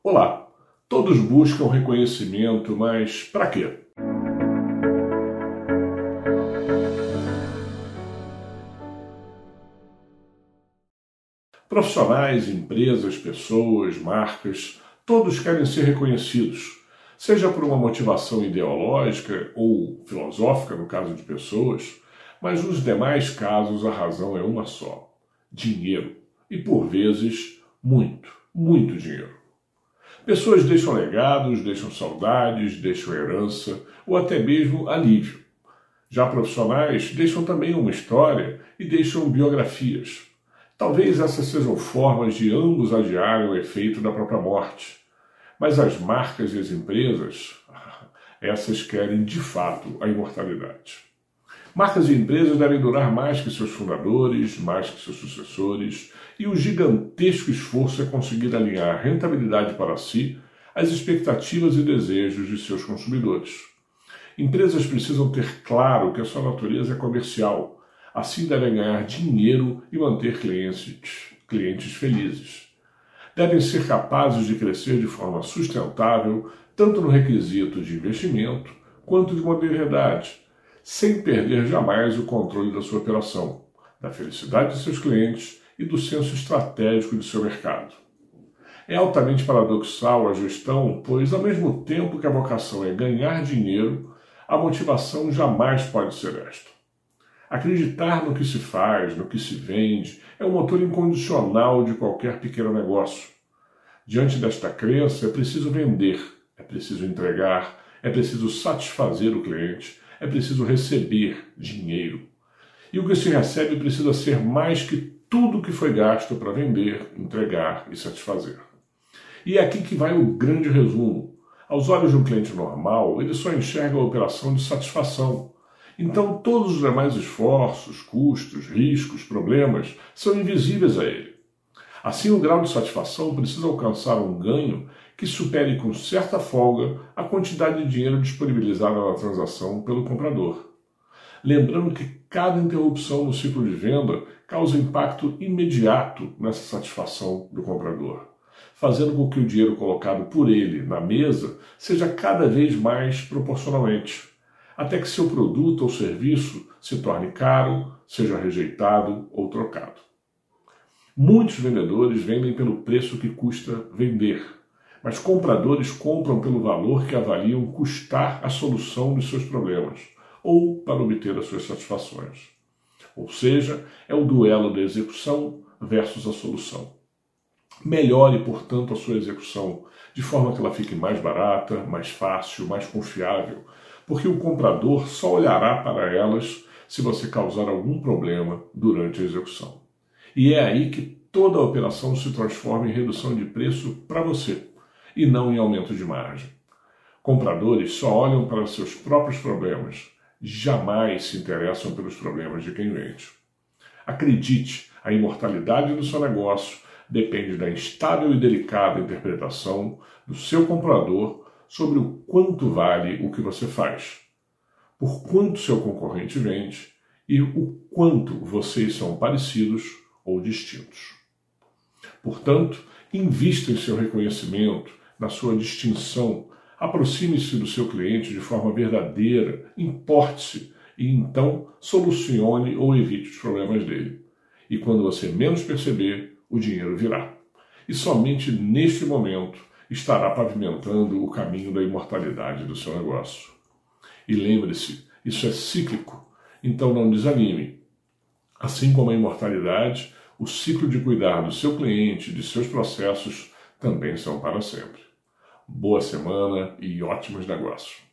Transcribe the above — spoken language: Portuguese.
Olá, todos buscam reconhecimento, mas para quê? Profissionais, empresas, pessoas, marcas, todos querem ser reconhecidos, seja por uma motivação ideológica ou filosófica, no caso de pessoas, mas nos demais casos a razão é uma só: dinheiro. E por vezes, muito dinheiro. Pessoas deixam legados, deixam saudades, deixam herança ou até mesmo alívio. Já profissionais deixam também uma história e deixam biografias. Talvez essas sejam formas de ambos adiarem o efeito da própria morte. Mas as marcas e as empresas, essas querem de fato a imortalidade. Marcas e empresas devem durar mais que seus fundadores, mais que seus sucessores, e o gigantesco esforço é conseguir alinhar a rentabilidade para si às expectativas e desejos de seus consumidores. Empresas precisam ter claro que a sua natureza é comercial, assim devem ganhar dinheiro e manter clientes felizes. Devem ser capazes de crescer de forma sustentável, tanto no requisito de investimento quanto de modernidade, sem perder jamais o controle da sua operação, da felicidade de seus clientes e do senso estratégico de seu mercado. É altamente paradoxal a gestão, pois ao mesmo tempo que a vocação é ganhar dinheiro, a motivação jamais pode ser esta. Acreditar no que se faz, no que se vende, é o motor incondicional de qualquer pequeno negócio. Diante desta crença, é preciso vender, é preciso entregar, é preciso satisfazer o cliente, é preciso receber dinheiro. E o que se recebe precisa ser mais que tudo que foi gasto para vender, entregar e satisfazer. E é aqui que vai o grande resumo. Aos olhos de um cliente normal, ele só enxerga a operação de satisfação. Então todos os demais esforços, custos, riscos, problemas são invisíveis a ele. Assim, o grau de satisfação precisa alcançar um ganho que supere com certa folga a quantidade de dinheiro disponibilizada na transação pelo comprador. Lembrando que cada interrupção no ciclo de venda causa impacto imediato nessa satisfação do comprador, fazendo com que o dinheiro colocado por ele na mesa seja cada vez mais proporcionalmente, até que seu produto ou serviço se torne caro, seja rejeitado ou trocado. Muitos vendedores vendem pelo preço que custa vender, mas compradores compram pelo valor que avaliam custar a solução de seus problemas ou para obter as suas satisfações. Ou seja, é o duelo da execução versus a solução. Melhore, portanto, a sua execução, de forma que ela fique mais barata, mais fácil, mais confiável, porque o comprador só olhará para elas se você causar algum problema durante a execução. E é aí que toda a operação se transforma em redução de preço para você, e não em aumento de margem. Compradores só olham para seus próprios problemas, jamais se interessam pelos problemas de quem vende. Acredite, a imortalidade do seu negócio depende da instável e delicada interpretação do seu comprador sobre o quanto vale o que você faz, por quanto seu concorrente vende e o quanto vocês são parecidos ou distintos. Portanto, invista em seu reconhecimento, na sua distinção, aproxime-se do seu cliente de forma verdadeira, importe-se e então solucione ou evite os problemas dele. E quando você menos perceber, o dinheiro virá. E somente neste momento estará pavimentando o caminho da imortalidade do seu negócio. E lembre-se, isso é cíclico, então não desanime. Assim como a imortalidade, o ciclo de cuidar do seu cliente e de seus processos também são para sempre. Boa semana e ótimos negócios!